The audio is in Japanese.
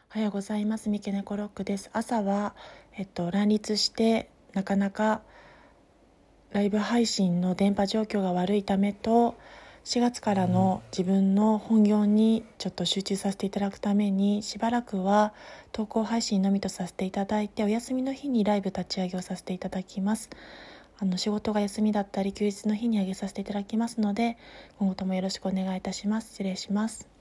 おはようございます。三毛猫ロックです。朝は、乱立してなかなかライブ配信の電波状況が悪いためと、4月からの自分の本業にちょっと集中させていただくために、しばらくは投稿配信のみとさせていただいて、お休みの日にライブ立ち上げをさせていただきます。仕事が休みだったり休日の日に上げさせていただきますので、今後ともよろしくお願いいたします。失礼します。